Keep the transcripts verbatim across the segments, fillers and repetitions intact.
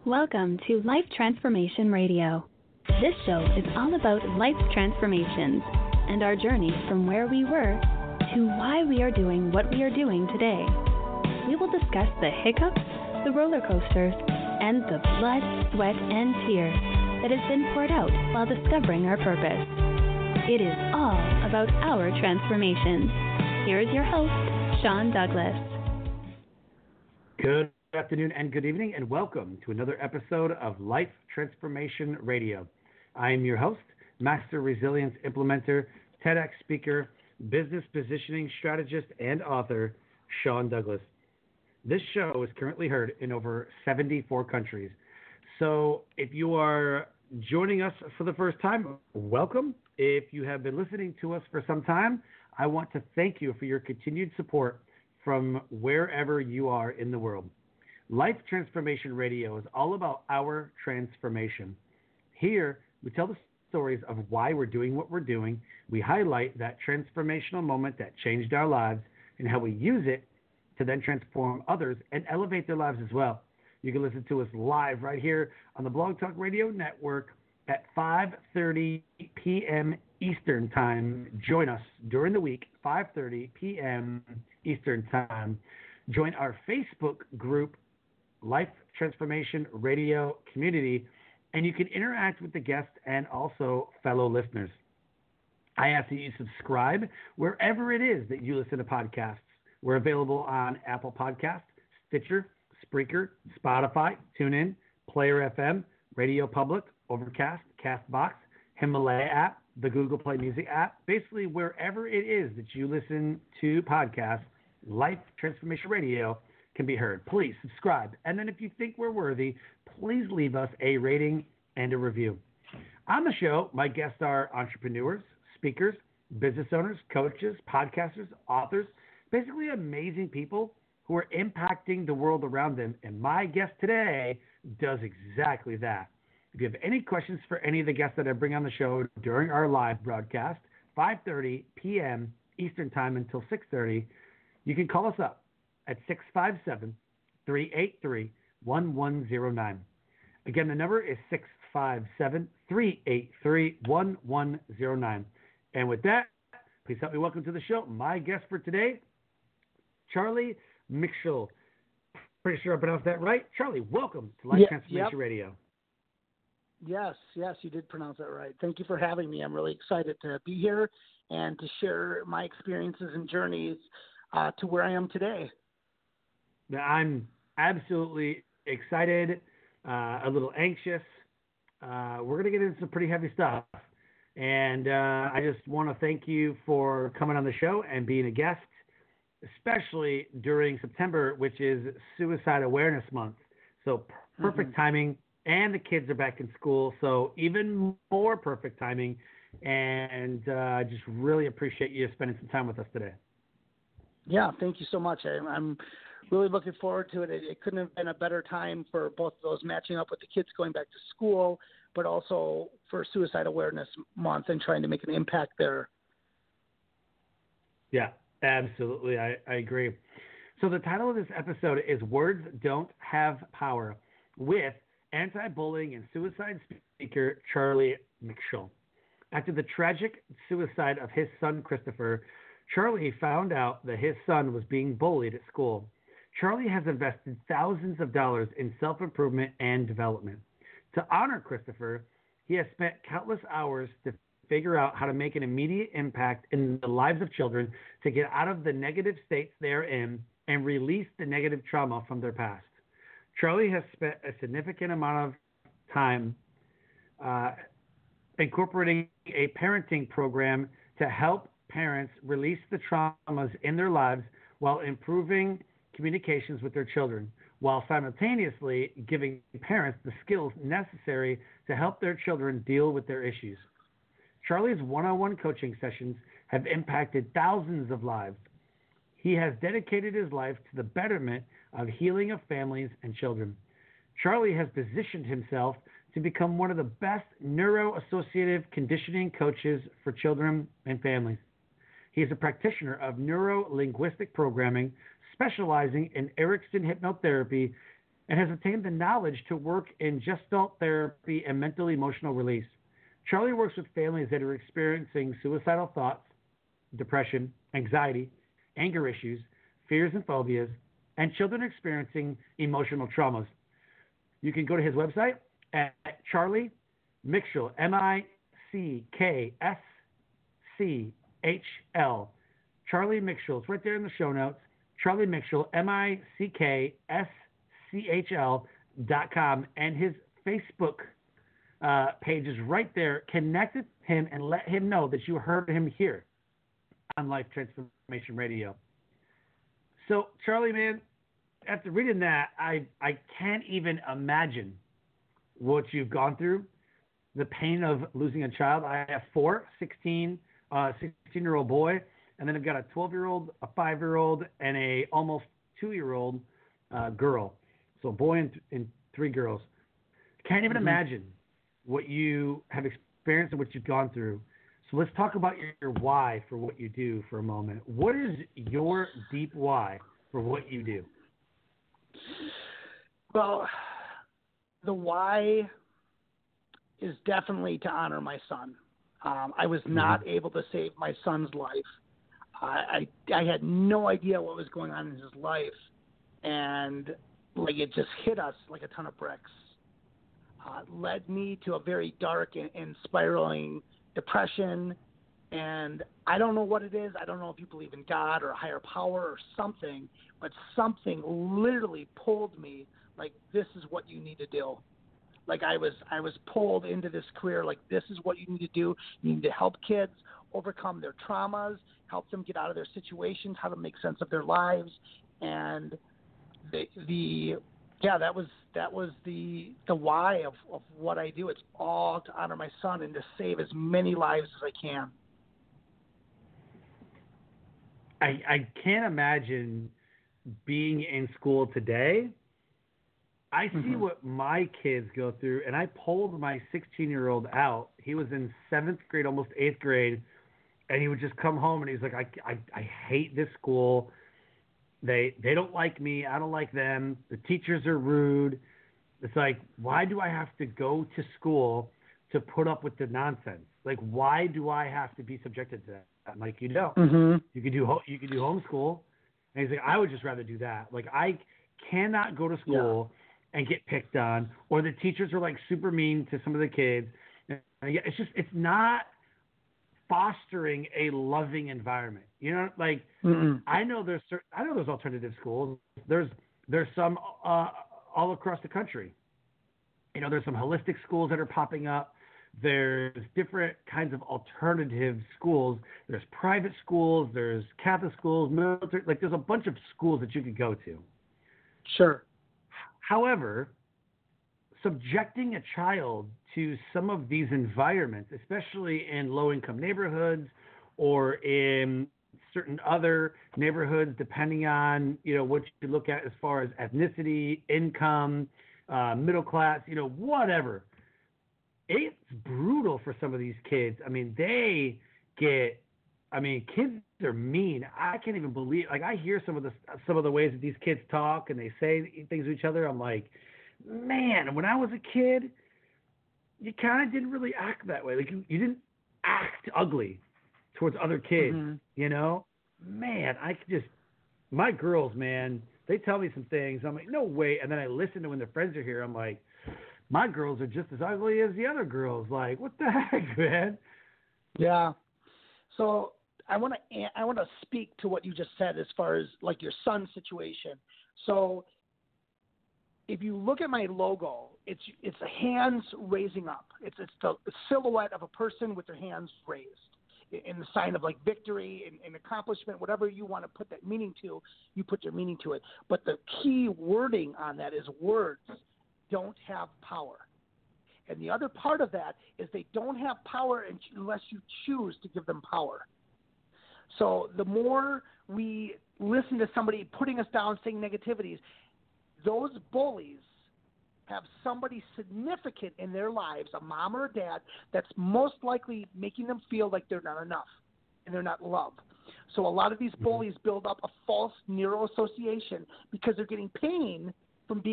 Welcome to Life Transformation Radio. This show is all about life transformations and our journey from where we were to why we are doing what we are doing today. We will discuss the hiccups, the roller coasters, and the blood, sweat, and tears that has been poured out while discovering our purpose. It is all about our transformations. Here is your host, Sean Douglas. Good afternoon and good evening, and welcome to another episode of Life Transformation Radio. I am your host, Master Resilience Implementer, TEDx speaker, business positioning strategist, and author, Sean Douglas. This show is currently heard in over seventy-four countries. So if you are joining us for the first time, welcome. If you have been listening to us for some time, I want to thank you for your continued support from wherever you are in the world. Life Transformation Radio is all about our transformation. Here, we tell the stories of why we're doing what we're doing. We highlight that transformational moment that changed our lives and how we use it to then transform others and elevate their lives as well. You can listen to us live right here on the Blog Talk Radio Network at five thirty p.m. Eastern Time. Join us during the week, five thirty p.m. Eastern Time. Join our Facebook group, Life Transformation Radio Community, and you can interact with the guests and also fellow listeners. I ask that you subscribe wherever it is that you listen to podcasts. We're available on Apple Podcasts, Stitcher, Spreaker, Spotify, TuneIn, Player F M, Radio Public, Overcast, CastBox, Himalaya app, the Google Play Music app. Basically, wherever it is that you listen to podcasts, Life Transformation Radio can be heard. Please subscribe. And then if you think we're worthy, please leave us a rating and a review. On the show, my guests are entrepreneurs, speakers, business owners, coaches, podcasters, authors, basically amazing people who are impacting the world around them. And my guest today does exactly that. If you have any questions for any of the guests that I bring on the show during our live broadcast, five thirty p.m. Eastern Time until six thirty, you can call us up at six five seven, three eight three, one one zero nine. Again, the number is six five seven, three eight three, one one zero nine. And with that, please help me welcome to the show my guest for today, Charlie Mikshel. Pretty sure I pronounced that right. Charlie, welcome to Life Yeah, Transformation yep. Radio. Yes, yes, you did pronounce that right. Thank you for having me. I'm really excited to be here and to share my experiences and journeys uh, to where I am today. I'm absolutely excited, uh, a little anxious. Uh, we're going to get into some pretty heavy stuff. And uh, I just want to thank you for coming on the show and being a guest, especially during September, which is Suicide Awareness Month. So perfect Mm-hmm. timing. And the kids are back in school, so even more perfect timing. And uh, I just really appreciate you spending some time with us today. Yeah, thank you so much. I, I'm really looking forward to it. it. It couldn't have been a better time for both of those, matching up with the kids going back to school, but also for Suicide Awareness Month and trying to make an impact there. Yeah, absolutely. I, I agree. So the title of this episode is Words Don't Have Power with anti-bullying and suicide speaker Charlie Mikshel. After the tragic suicide of his son Christopher, Charlie found out that his son was being bullied at school. Charlie has invested thousands of dollars in self-improvement and development. To honor Christopher, he has spent countless hours to figure out how to make an immediate impact in the lives of children to get out of the negative states they are in and release the negative trauma from their past. Charlie has spent a significant amount of time uh, incorporating a parenting program to help parents release the traumas in their lives while improving communications with their children, while simultaneously giving parents the skills necessary to help their children deal with their issues. Charlie's one-on-one coaching sessions have impacted thousands of lives. He has dedicated his life to the betterment of healing of families and children. Charlie has positioned himself to become one of the best neuro-associative conditioning coaches for children and families. He is a practitioner of neuro-linguistic programming, specializing in Erickson hypnotherapy and has obtained the knowledge to work in gestalt therapy and mental emotional release. Charlie works with families that are experiencing suicidal thoughts, depression, anxiety, anger issues, fears and phobias, and children experiencing emotional traumas. You can go to his website at Charlie Mickschel, M I C K S C H L. Charlie Mickschel. It's right there in the show notes. Charlie Mickschel, M I C K S C H L dot com. And his Facebook uh, page is right there. Connect with him and let him know that you heard him here on Life Transformation Radio. So, Charlie, man, after reading that, I, I can't even imagine what you've gone through, the pain of losing a child. I have four, sixteen, uh, sixteen-year-old boy, and then I've got a twelve-year-old, a five-year-old, and a almost two-year-old uh, girl. So a boy and, and three girls. Can't even mm-hmm. imagine what you have experienced and what you've gone through. So let's talk about your, your why for what you do for a moment. What is your deep why for what you do? Well, the why is definitely to honor my son. Um, I was not mm-hmm. able to save my son's life. I, I I had no idea what was going on in his life, and like it just hit us like a ton of bricks. Uh, led me to a very dark and, and spiraling depression, and I don't know what it is. I don't know if you believe in God or a higher power or something, but something literally pulled me like, this is what you need to do. Like I was, I was pulled into this career. Like, this is what you need to do. You need to help kids overcome their traumas, help them get out of their situations, how to make sense of their lives. And the, the, yeah, that was, that was the, the why of, of what I do. It's all to honor my son and to save as many lives as I can. I, I can't imagine being in school today. I see mm-hmm. what my kids go through, and I pulled my sixteen-year-old out. He was in seventh grade, almost eighth grade, and he would just come home, and he's like, I, I, I hate this school. They they don't like me. I don't like them. The teachers are rude. It's like, why do I have to go to school to put up with the nonsense? Like, why do I have to be subjected to that? I'm like, you don't. Mm-hmm. You could do you could do homeschool. And he's like, I would just rather do that. Like, I cannot go to school yeah. and get picked on, or the teachers are like super mean to some of the kids. And it's just, it's not fostering a loving environment. You know, like Mm-mm. I know there's certain, I know there's alternative schools. There's there's some uh, all across the country. You know, there's some holistic schools that are popping up. There's different kinds of alternative schools. There's private schools. There's Catholic schools, military. Like, there's a bunch of schools that you could go to. Sure. However, subjecting a child to some of these environments, especially in low-income neighborhoods or in certain other neighborhoods, depending on, you know, what you look at as far as ethnicity, income, uh, middle class, you know, whatever. It's brutal for some of these kids. I mean, they get, I mean, kids are mean. I can't even believe, like, I hear some of the, some of the ways that these kids talk and they say things to each other. I'm like, man, when I was a kid, you kind of didn't really act that way. Like, you, you didn't act ugly towards other kids, mm-hmm. you know? Man, I could just, my girls, man, they tell me some things. I'm like, no way. And then I listen to when their friends are here. I'm like, my girls are just as ugly as the other girls. Like, what the heck, man? Yeah. So I want to I want to speak to what you just said as far as like your son's situation. So if you look at my logo, it's it's the hands raising up. It's it's the silhouette of a person with their hands raised in the sign of like victory and, and accomplishment, whatever you want to put that meaning to, you put your meaning to it. But the key wording on that is words don't have power. And the other part of that is they don't have power unless you choose to give them power. So the more we listen to somebody putting us down, saying negativities, those bullies have somebody significant in their lives, a mom or a dad, that's most likely making them feel like they're not enough and they're not loved. So a lot of these bullies build up a false neuroassociation because they're getting pain from being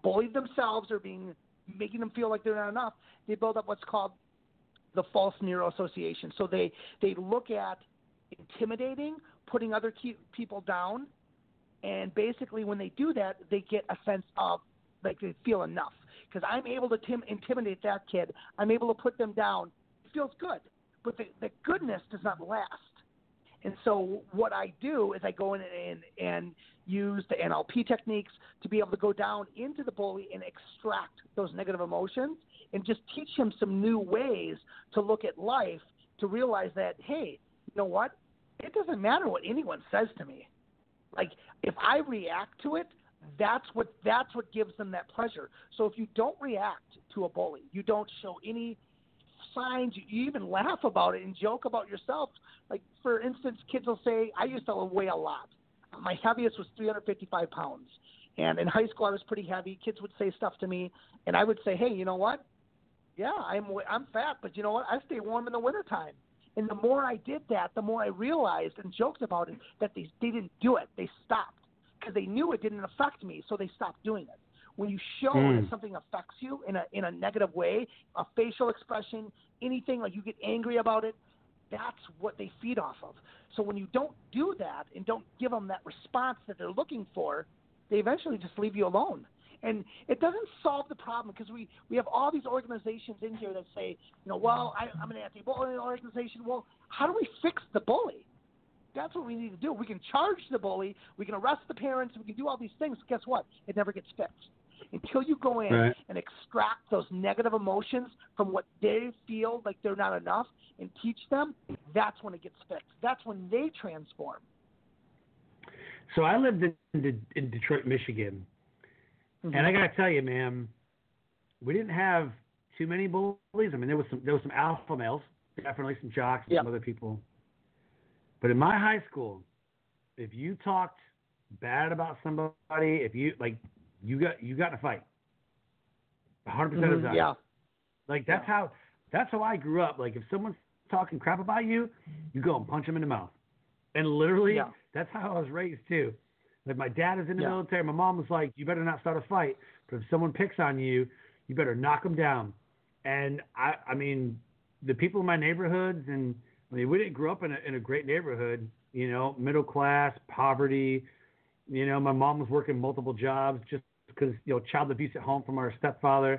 bullied themselves or being making them feel like they're not enough, they build up what's called the false neuroassociation. So they, they look at intimidating, putting other key, people down, and basically when they do that, they get a sense of like they feel enough. Because I'm able to tim- intimidate that kid. I'm able to put them down. It feels good. But the, the goodness does not last. And so what I do is I go in and, and use the N L P techniques to be able to go down into the bully and extract those negative emotions and just teach him some new ways to look at life, to realize that, hey, you know what? It doesn't matter what anyone says to me. Like, if I react to it, that's what that's what gives them that pleasure. So if you don't react to a bully, you don't show any signs, you, you even laugh about it and joke about yourself. Like, for instance, kids will say, I used to weigh a lot. My heaviest was three hundred fifty-five pounds. And in high school, I was pretty heavy. Kids would say stuff to me, and I would say, hey, you know what? Yeah, I'm I'm fat, but you know what? I stay warm in the wintertime. And the more I did that, the more I realized and joked about it that they, they didn't do it. They stopped because they knew it didn't affect me, so they stopped doing it. When you show mm. that something affects you in a in a negative way, a facial expression, anything, like you get angry about it, that's what they feed off of. So when you don't do that and don't give them that response that they're looking for, they eventually just leave you alone. And it doesn't solve the problem because we, we have all these organizations in here that say, you know, well, I, I'm an anti-bullying organization. Well, how do we fix the bully? That's what we need to do. We can charge the bully. We can arrest the parents. We can do all these things. Guess what? It never gets fixed. Until you go in right. and extract those negative emotions from what they feel like they're not enough and teach them, that's when it gets fixed. That's when they transform. So I lived in, in Detroit, Michigan. Mm-hmm. And I got to tell you, man, we didn't have too many bullies. I mean, there was some there was some alpha males, definitely some jocks and yep. some other people. But in my high school, if you talked bad about somebody, if you like, you got you got in a fight. A hundred percent of the time. Yeah. Like that's yeah. how that's how I grew up. Like if someone's talking crap about you, you go and punch them in the mouth. And literally, yeah. that's how I was raised too. Like my dad is in the yeah. military. My mom was like, you better not start a fight. But if someone picks on you, you better knock them down. And I, I mean, the people in my neighborhoods, and I mean, we didn't grow up in a, in a great neighborhood, you know, middle class, poverty. You know, my mom was working multiple jobs just because, you know, child abuse at home from our stepfather.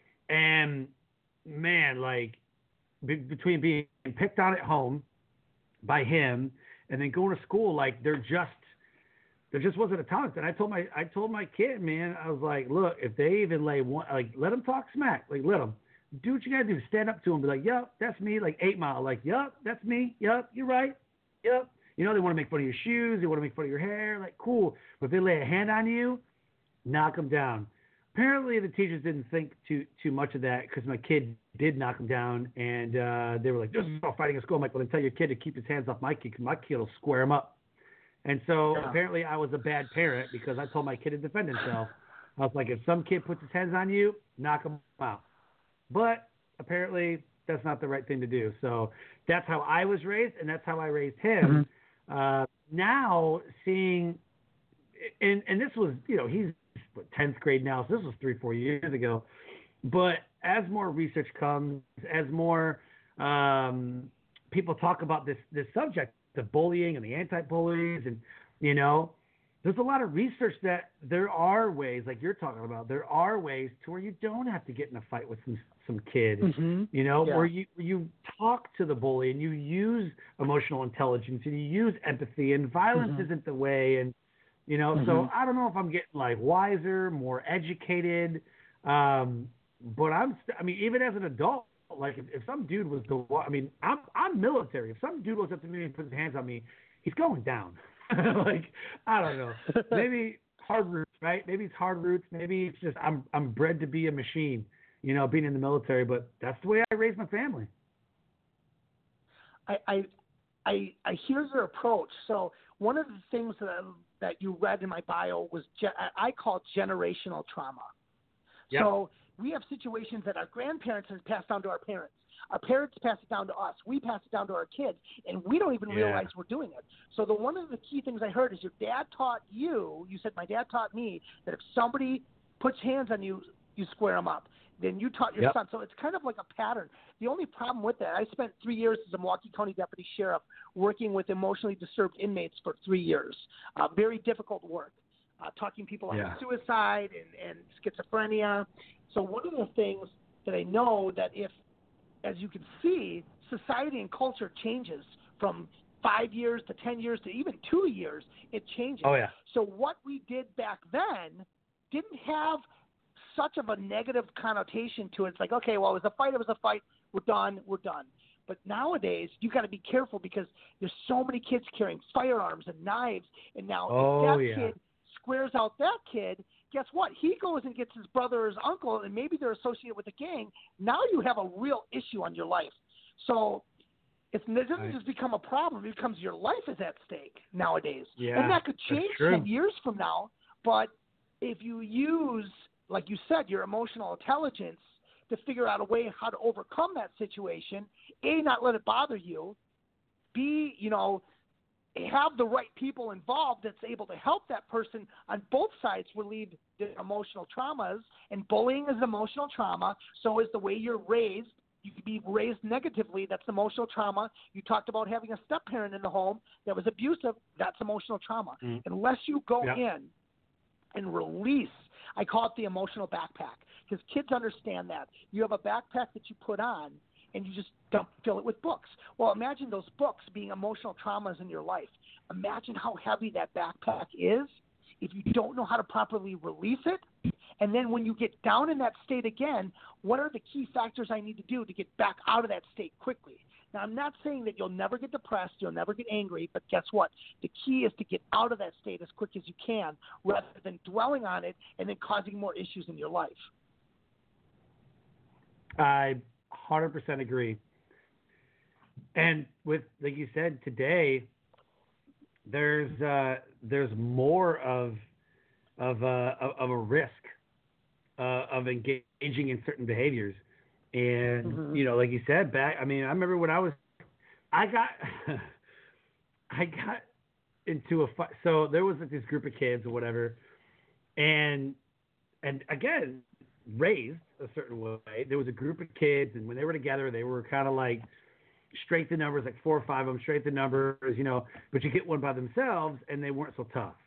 And man, like be, between being picked on at home by him and then going to school, like they're just, there just wasn't a tolerance. And I told my, I told my kid, man, I was like, look, if they even lay one, like, let them talk smack, like, let them do what you gotta do. Stand up to them, be like, yep, that's me. Like Eight Mile, like, yep, that's me. Yep, you're right. Yep. You know, they want to make fun of your shoes. They want to make fun of your hair. Like, cool. But if they lay a hand on you, knock them down. Apparently, the teachers didn't think too too much of that because my kid did knock him down, and uh, they were like, "This is all fighting in school." I'm like, "Well, then tell your kid to keep his hands off my kid because my kid will square him up." And so yeah. apparently, I was a bad parent because I told my kid to defend himself. I was like, "If some kid puts his hands on you, knock him out." But apparently, that's not the right thing to do. So that's how I was raised, and that's how I raised him. Mm-hmm. Uh, now, seeing, and and this was, you know, he's what, tenth grade now, so this was three, four years ago. But as more research comes, as more um, people talk about this this subject, the bullying and the anti-bullies, and, you know, there's a lot of research that there are ways, like you're talking about, there are ways to where you don't have to get in a fight with some some kid, mm-hmm. you know, yeah. where you where you talk to the bully and you use emotional intelligence and you use empathy, and violence mm-hmm. isn't the way. And, you know, mm-hmm. so I don't know if I'm getting like wiser, more educated, um, but I'm, st- I mean, even as an adult, like if, if some dude was the, I mean, I'm I'm military. If some dude was up to me and put his hands on me, he's going down. Like, I don't know. Maybe hard roots, right? Maybe it's hard roots. Maybe it's just I'm I'm bred to be a machine, you know, being in the military. But that's the way I raised my family. I I I, I hear your approach. So one of the things that I, that you read in my bio was ge- I call generational trauma. Yep. So we have situations that our grandparents have passed down to our parents. Our parents pass it down to us. We pass it down to our kids, and we don't even yeah. realize we're doing it. So the one of the key things I heard is your dad taught you, you said my dad taught me, that if somebody puts hands on you, you square them up. Then you taught your Yep. son. So it's kind of like a pattern. The only problem with that, I spent three years as a Milwaukee County Deputy Sheriff working with emotionally disturbed inmates for three years. Uh, very difficult work, uh, talking people Yeah. on suicide and, and schizophrenia. So one of the things that I know that if, as you can see, society and culture changes from five years to ten years to even two years, it changes. Oh, yeah. So what we did back then didn't have such of a negative connotation to it. It's like, okay, well, it was a fight, it was a fight, we're done, we're done. But nowadays, you got to be careful because there's so many kids carrying firearms and knives, and now Oh, if that yeah. kid squares out that kid, guess what? He goes and gets his brother or his uncle, and maybe they're associated with a gang. Now you have a real issue on your life. So it's, it doesn't Right. just become a problem. It becomes your life is at stake nowadays. Yeah, and that could that's change true. ten years from now. But if you use, like you said, your emotional intelligence to figure out a way how to overcome that situation, A, not let it bother you, B, you know, have the right people involved that's able to help that person on both sides relieve their emotional traumas. And bullying is emotional trauma. So is the way you're raised. You could be raised negatively. That's emotional trauma. You talked about having a step parent in the home that was abusive. That's emotional trauma. Mm. Unless you go Yep. in and release, I call it the emotional backpack, because kids understand that. You have a backpack that you put on, and you just dump, fill it with books. Well, imagine those books being emotional traumas in your life. Imagine how heavy that backpack is if you don't know how to properly release it. And then when you get down in that state again, what are the key factors I need to do to get back out of that state quickly? Now, I'm not saying that you'll never get depressed, you'll never get angry, but guess what? The key is to get out of that state as quick as you can rather than dwelling on it and then causing more issues in your life. I one hundred percent agree. And with, like you said, today, there's uh, there's more of of a, of a risk uh, of engaging in certain behaviors. And, Mm-hmm. you know, like you said, back, I mean, I remember when I was, I got, I got into a fight. So there was like this group of kids or whatever. And, and again, raised a certain way. There was a group of kids, and when they were together, they were kind of like straight to numbers, like four or five of them, straight to numbers, you know, but you get one by themselves, and they weren't so tough.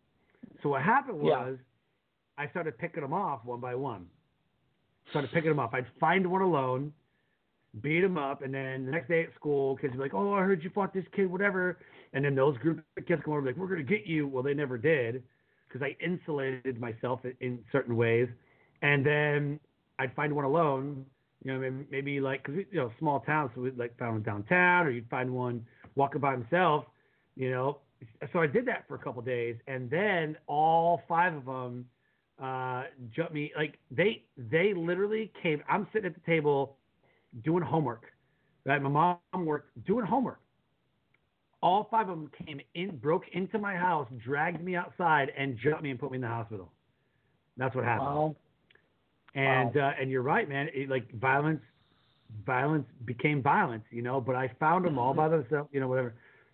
So what happened was Yeah. I started picking them off one by one. Started picking them off. I'd find one alone, beat him up, and then the next day at school, kids would be like, oh, I heard you fought this kid, whatever. And then those group of kids come over and be like, we're going to get you. Well, they never did because I insulated myself in, in certain ways. And then I'd find one alone, you know, maybe, maybe like, because, you know, small town, so we'd like found one downtown, or you'd find one walking by himself, you know. So I did that for a couple of days, and then all five of them uh, jumped me. Like, they they literally came. I'm sitting at the table doing homework. Right? My mom worked doing homework. All five of them came in, broke into my house, dragged me outside, and jumped me and put me in the hospital. That's what happened. Wow. And Wow. uh, and you're right, man. It, like violence, violence became violence, you know. But I found them all by themselves, you know, whatever.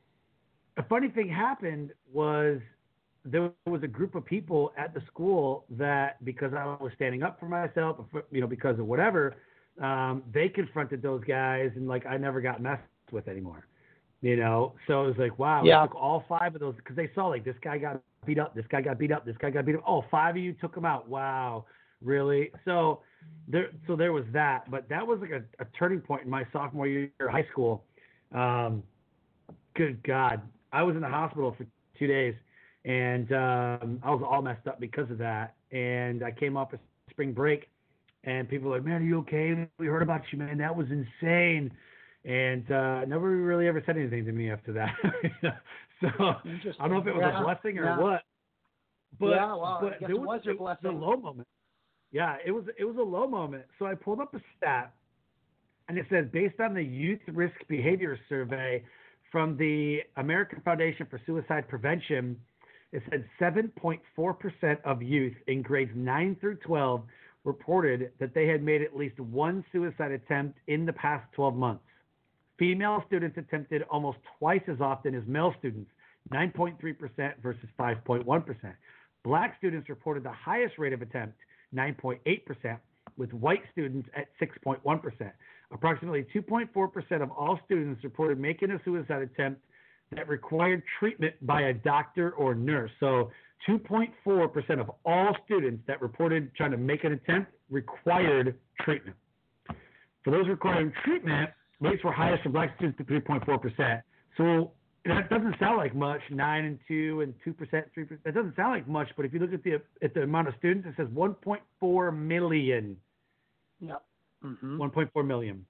A funny thing happened was there was a group of people at the school that, because I was standing up for myself, you know, because of whatever, um, they confronted those guys, and like I never got messed with anymore, you know. So it was like, wow, Yeah. we took all five of those, because they saw like this guy got beat up, this guy got beat up, this guy got beat up. Oh, five of you took him out. Wow, really? So there, so there was that, but that was like a, a turning point in my sophomore year of high school. Um, good God. I was in the hospital for two days, and um, I was all messed up because of that. And I came off of spring break, and people were like, man, are you okay? We heard about you, man. That was insane. And uh, nobody really ever said anything to me after that. So I don't know if it was Yeah. a blessing or Yeah. what. But, Yeah, well, I but guess there it was your it was a blessing. low moment. Yeah, it was it was a low moment. So I pulled up a stat, and it says, based on the Youth Risk Behavior Survey from the American Foundation for Suicide Prevention, it said seven point four percent of youth in grades nine through twelve reported that they had made at least one suicide attempt in the past twelve months. Female students attempted almost twice as often as male students, nine point three percent versus five point one percent. Black students reported the highest rate of attempt, nine point eight percent, with white students at six point one percent. Approximately two point four percent of all students reported making a suicide attempt that required treatment by a doctor or nurse. So two point four percent of all students that reported trying to make an attempt required treatment. For those requiring treatment, rates were highest for black students at three point four percent. So that doesn't sound like much, nine and two and two percent, three percent. That doesn't sound like much, but if you look at the at the amount of students, it says one point four million. Yeah. Mm-hmm. one point four million.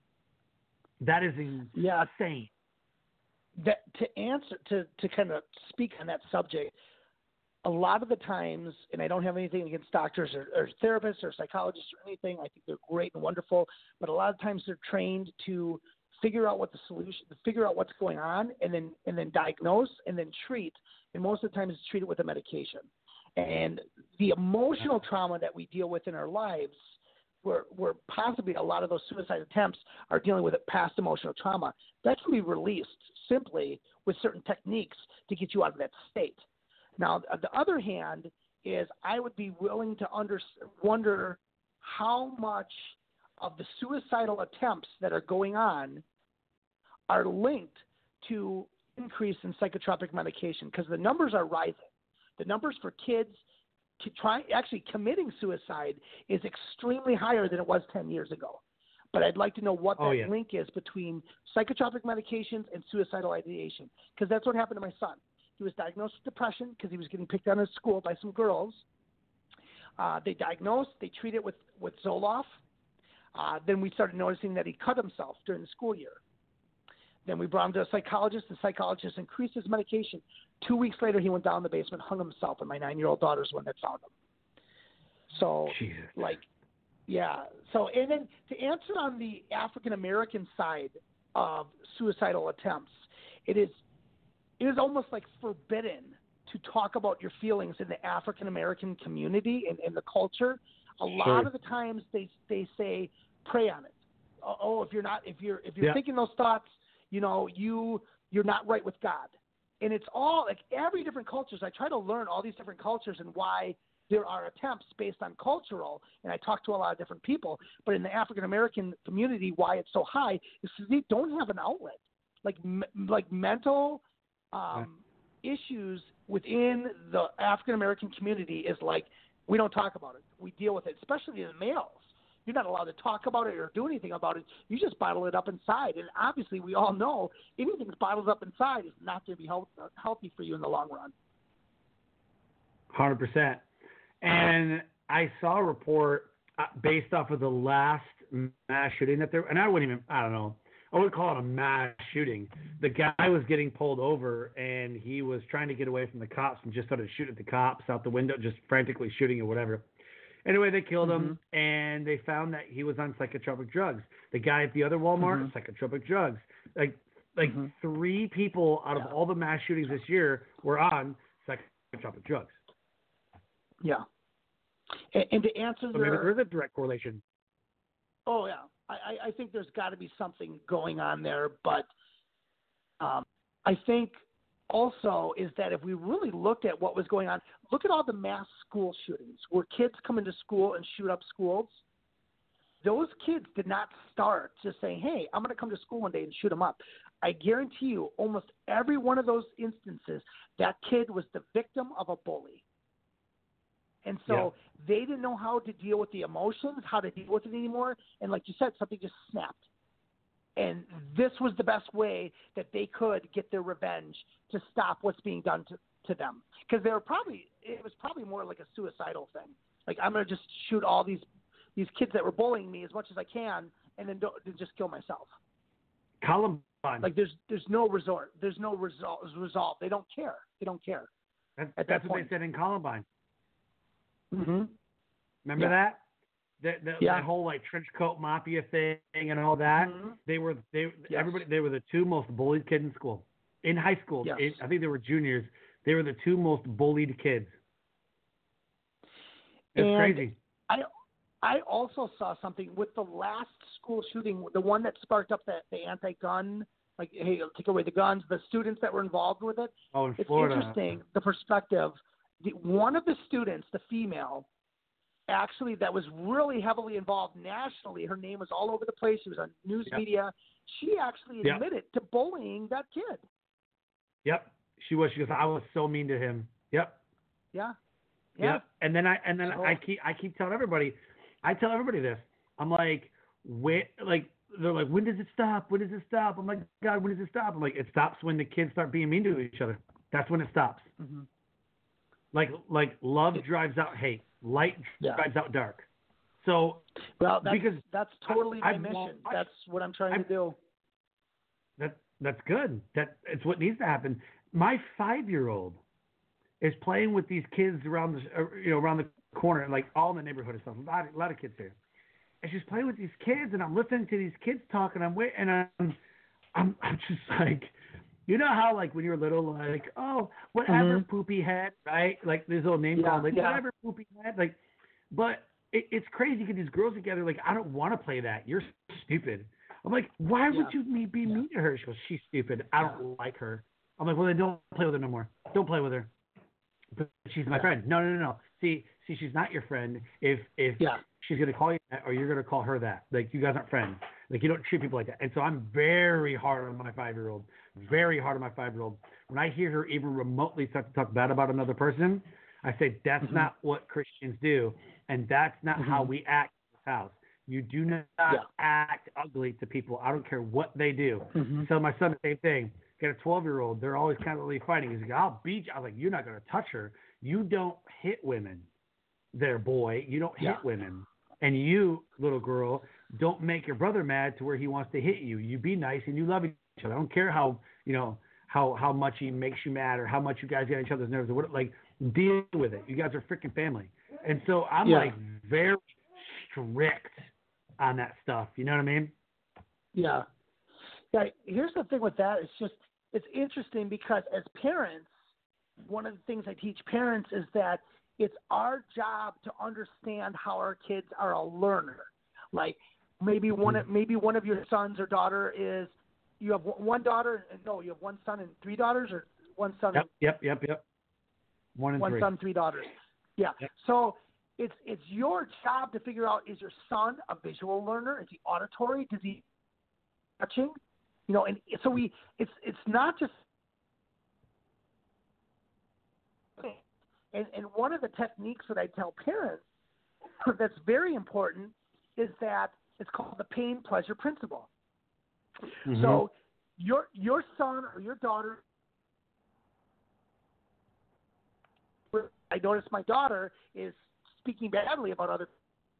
That is insane. Yeah. That to answer to to kind of speak on that subject, a lot of the times, and I don't have anything against doctors or, or therapists or psychologists or anything. I think they're great and wonderful, but a lot of times they're trained to figure out what the solution, figure out what's going on, and then and then diagnose and then treat. And most of the time, it's treated with a medication. And the emotional trauma that we deal with in our lives, where where possibly a lot of those suicide attempts are dealing with past emotional trauma, that can be released simply with certain techniques to get you out of that state. Now, on the other hand, is I would be willing to under, wonder how much of the suicidal attempts that are going on are linked to increase in psychotropic medication, because the numbers are rising. The numbers for kids to try, actually committing suicide is extremely higher than it was ten years ago. But I'd like to know what that oh, yeah. link is between psychotropic medications and suicidal ideation, because that's what happened to my son. He was diagnosed with depression because he was getting picked on in school by some girls. Uh, they diagnosed, they treated with, with Zoloft. Uh, then we started noticing that he cut himself during the school year. Then we brought him to a psychologist. The psychologist increased his medication. Two weeks later, he went down in the basement, hung himself, and my nine-year-old daughter's the one that found him. So, Jesus. like, yeah. So, and then to answer on the African-American side of suicidal attempts, it is it is almost like forbidden to talk about your feelings in the African-American community and in the culture. A lot Sure. of the times they they say, pray on it. Oh, if you're not, if you're if you're yeah. thinking those thoughts, you know, you you're not right with God. And it's all like every different cultures. I try to learn all these different cultures and why there are attempts based on cultural. And I talk to a lot of different people. But in the African American community, why it's so high is because they don't have an outlet. Like like mental um, yeah. issues within the African American community is like, we don't talk about it. We deal with it, especially the males. You're not allowed to talk about it or do anything about it. You just bottle it up inside. And obviously, we all know anything that's bottled up inside is not going to be health, healthy for you in the long run. one hundred percent. And I saw a report uh, based off of the last mass shooting that there, and I wouldn't even, I don't know, I would call it a mass shooting. The guy was getting pulled over, and he was trying to get away from the cops and just started shooting at the cops out the window, just frantically shooting or whatever. Anyway, they killed him, Mm-hmm. and they found that he was on psychotropic drugs. The guy at the other Walmart, Mm-hmm. psychotropic drugs. Like, like Mm-hmm. three people out of Yeah. all the mass shootings this year were on psychotropic drugs. Yeah. And, and to answer So maybe your, there is a direct correlation. oh yeah, I, I think there's got to be something going on there, but um, I think also is that if we really looked at what was going on, look at all the mass school shootings where kids come into school and shoot up schools. Those kids did not start just saying, hey, I'm going to come to school one day and shoot them up. I guarantee you almost every one of those instances, that kid was the victim of a bully. And so Yeah. they didn't know how to deal with the emotions, how to deal with it anymore. And like you said, something just snapped. And this was the best way that they could get their revenge to stop what's being done to, to them. Because they were probably, it was probably more like a suicidal thing. Like, I'm going to just shoot all these these kids that were bullying me as much as I can, and then, don't, then just kill myself. Columbine. Like, there's there's no resort. There's no result. Resolve. They don't care. They don't care. That, at that's that what point. they said in Columbine. Mm-hmm. Remember Yeah. that? The, the, Yeah. that whole like trench coat mafia thing and all that. Mm-hmm. They were they Yes. everybody they were the two most bullied kids in school. In high school, Yes. in, I think they were juniors. They were the two most bullied kids. It's And crazy. I I also saw something with the last school shooting, the one that sparked up the, the anti-gun, like, hey, take away the guns, the students that were involved with it. Oh, in It's Florida. interesting, the perspective. The, one of the students, the female, actually that was really heavily involved nationally. Her name was all over the place. She was on news yep. media. She actually yep. admitted to bullying that kid. Yep, she was. She goes, I was so mean to him. Yep. Yeah. Yeah. Yep. And then I and then so, I keep I keep telling everybody, I tell everybody this. I'm like, when like they're like, when does it stop? When does it stop? I'm like, God, when does it stop? I'm like, it stops when the kids start being mean to each other. That's when it stops. Mm-hmm. Like like love drives out hate. Light yeah. drives out dark. So well, that's, because that's totally I, my I, mission. I, that's what I'm trying I, to do. That that's good. That it's what needs to happen. My five-year-old is playing with these kids around the you know around the corner, like all in the neighborhood and stuff. A lot, a lot of kids here, and she's playing with these kids, and I'm listening to these kids talk, and I'm wait, and I'm I'm I'm just like, you know how like when you're little, like oh whatever mm-hmm. poopy head, right? Like this little name yeah, called like yeah. whatever poopy head, like, but it, it's crazy because these girls together, like I don't want to play that. You're stupid. I'm like, why would yeah. you me be yeah. mean to her? She goes, she's stupid. I don't yeah. like her. I'm like, well then don't play with her no more. Don't play with her. But she's my yeah. friend. No, no, no, no. See, see, she's not your friend. If if yeah. she's gonna call you that, or you're gonna call her that, like you guys aren't friends. Like you don't treat people like that. And so I'm very hard on my five-year-old. Very hard on my five-year-old. When I hear her even remotely start to talk bad about another person, I say that's mm-hmm. not what Christians do, and that's not mm-hmm. how we act in this house. You do not yeah. act ugly to people. I don't care what they do. Mm-hmm. So my son, the same thing. Got a twelve-year-old. They're always constantly fighting. He's like, I'll beat you. I was like, you're not going to touch her. You don't hit women there, boy. You don't yeah. hit women. And you, little girl, don't make your brother mad to where he wants to hit you. You be nice and you love each other. I don't care how, you know, how, how much he makes you mad or how much you guys get on each other's nerves or what, like, deal with it. You guys are freaking family. And so I'm yeah. like very strict on that stuff. You know what I mean? Yeah. Yeah. Here's the thing with that. It's just, it's interesting because as parents, one of the things I teach parents is that it's our job to understand how our kids are a learner. Like maybe one of, maybe one of your sons or daughter is, you have one daughter, no, you have one son and three daughters, or one son. Yep, yep, yep, yep. One and one three. son, three daughters. Yeah. Yep. So it's it's your job to figure out, is your son a visual learner? Is he auditory? Does he touching? You know, and so we it's it's not just and and one of the techniques that I tell parents that's very important is that it's called the pain pleasure principle. Mm-hmm. So your your son or your daughter, I noticed my daughter is speaking badly about other.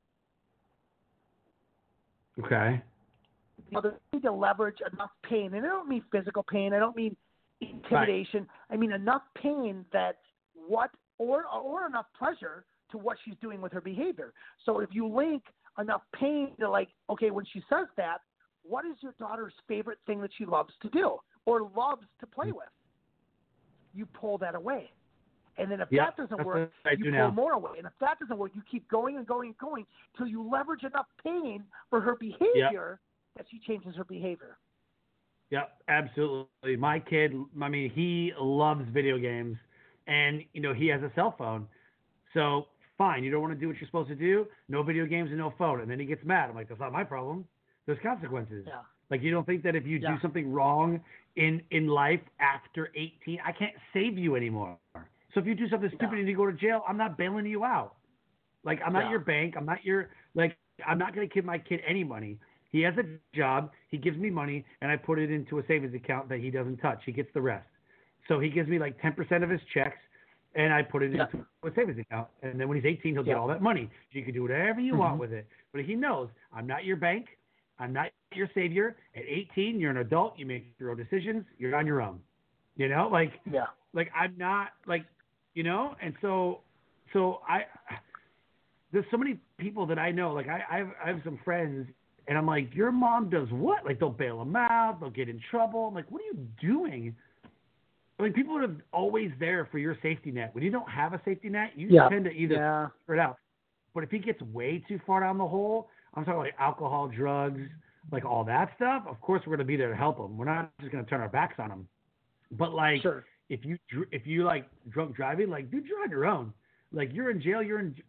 Okay. You know, they need to leverage enough pain, and I don't mean physical pain. I don't mean intimidation. Right. I mean enough pain that what or or enough pleasure to what she's doing with her behavior. So if you link enough pain to, like, okay, when she says that, what is your daughter's favorite thing that she loves to do or loves to play with? You pull that away. And then if yeah, that doesn't work, you pull now. more away. And if that doesn't work, you keep going and going and going till you leverage enough pain for her behavior yep. that she changes her behavior. Yeah, absolutely. My kid, I mean, he loves video games, and, you know, he has a cell phone. So, fine, you don't want to do what you're supposed to do, no video games and no phone. And then he gets mad. I'm like, that's not my problem. There's consequences. Yeah. Like, you don't think that if you yeah. do something wrong in, in life after eighteen, I can't save you anymore. So if you do something stupid yeah. and you go to jail, I'm not bailing you out. Like, I'm not yeah. your bank. I'm not your, like, I'm not going to give my kid any money. He has a job. He gives me money, and I put it into a savings account that he doesn't touch. He gets the rest. So he gives me like ten percent of his checks, and I put it yeah. into a savings account. And then when he's eighteen, he'll yeah. get all that money. You can do whatever you mm-hmm. want with it. But he knows I'm not your bank. I'm not your savior. At eighteen, you're an adult. You make your own decisions. You're on your own. You know, like, yeah. like I'm not like, you know, and so, so I, there's so many people that I know, like I, I have, I have some friends, and I'm like, your mom does what? Like, they'll bail them out. They'll get in trouble. I'm like, what are you doing? I mean, people are always there for your safety net. When you don't have a safety net, you yeah. tend to either yeah. figure it out. But if he gets way too far down the hole, I'm talking like alcohol, drugs, like all that stuff, of course we're going to be there to help him. We're not just going to turn our backs on him. But, like, sure. if you if you like drunk driving, like, dude, you're on your own. Like, you're in jail. You're in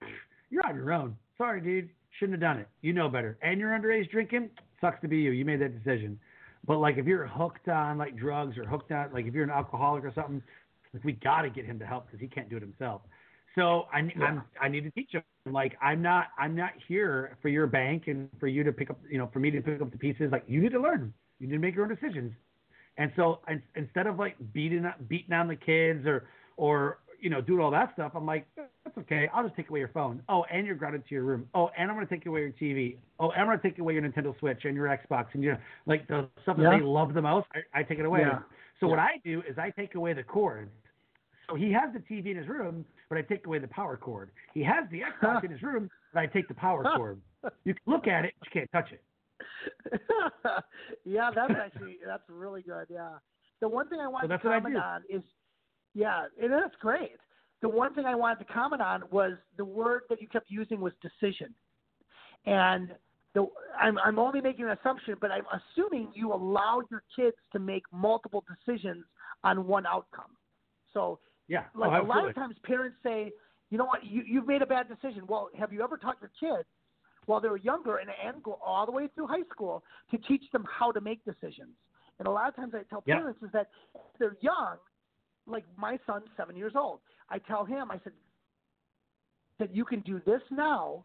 you're on your own. Sorry, dude. Shouldn't have done it. You know better. And you're underage drinking, sucks to be you. You made that decision. But, like, if you're hooked on, like, drugs or hooked on, like, if you're an alcoholic or something, like, we got to get him to help because he can't do it himself. So I, yeah. I'm, I need to teach him. Like, I'm not, I'm not here for your bank and for you to pick up, you know, for me to pick up the pieces. Like, you need to learn. You need to make your own decisions. And so I, instead of, like, beating, beating on the kids or, or, you know, doing all that stuff, I'm like, that's okay. I'll just take away your phone. Oh, and you're grounded to your room. Oh, and I'm going to take away your T V. Oh, and I'm going to take away your Nintendo Switch and your Xbox. And, you know, like the stuff that yeah. they love the most, I, I take it away. Yeah. So yeah. what I do is I take away the cord. So he has the T V in his room, but I take away the power cord. He has the Xbox in his room, but I take the power cord. You can look at it, but you can't touch it. Yeah, that's actually, that's really good. Yeah. The one thing I wanted so to comment on is, yeah, and that's great. The one thing I wanted to comment on was the word that you kept using was decision. And the, I'm, I'm only making an assumption, but I'm assuming you allow your kids to make multiple decisions on one outcome. So, yeah, like oh, a lot of times parents say, you know what, you, you've made a bad decision. Well, have you ever taught your kids while they were younger and, and go all the way through high school to teach them how to make decisions? And a lot of times I tell yep. parents is that if they're young, like my son's seven years old. I tell him, I said, that you can do this now.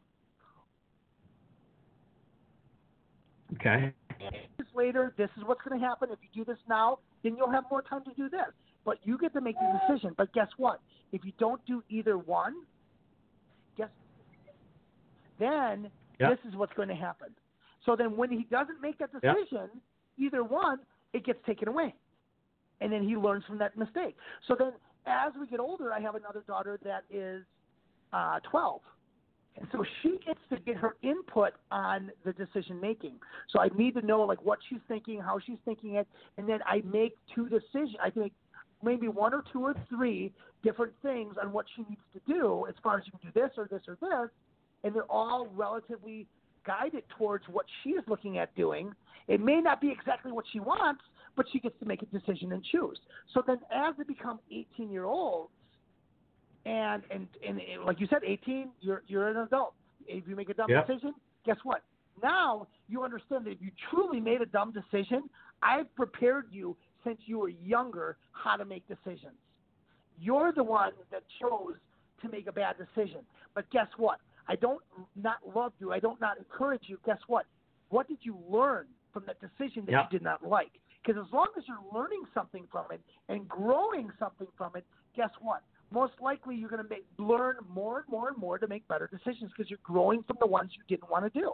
Okay. Later, this is what's going to happen. If you do this now, then you'll have more time to do this. But you get to make the decision. But guess what? If you don't do either one, guess then yep. this is what's going to happen. So then when he doesn't make that decision, yep. either one, it gets taken away. And then he learns from that mistake. So then as we get older, I have another daughter that is uh, twelve. And so she gets to get her input on the decision making. So I need to know like what she's thinking, how she's thinking it, and then I make two decisions. I make maybe one or two or three different things on what she needs to do as far as you can do this or this or this, and they're all relatively guided towards what she is looking at doing. It may not be exactly what she wants, but she gets to make a decision and choose. So then as they become eighteen-year-olds, and, and, and like you said, eighteen, you're you're an adult. If you make a dumb yep. decision, guess what? Now you understand that if you truly made a dumb decision, I've prepared you since you were younger how to make decisions. You're the one that chose to make a bad decision. But guess what? I don't not love you. I don't not encourage you. Guess what? What did you learn from that decision that yep. you did not like? Because as long as you're learning something from it and growing something from it, guess what? Most likely you're going to make, learn more and more and more to make better decisions because you're growing from the ones you didn't want to do.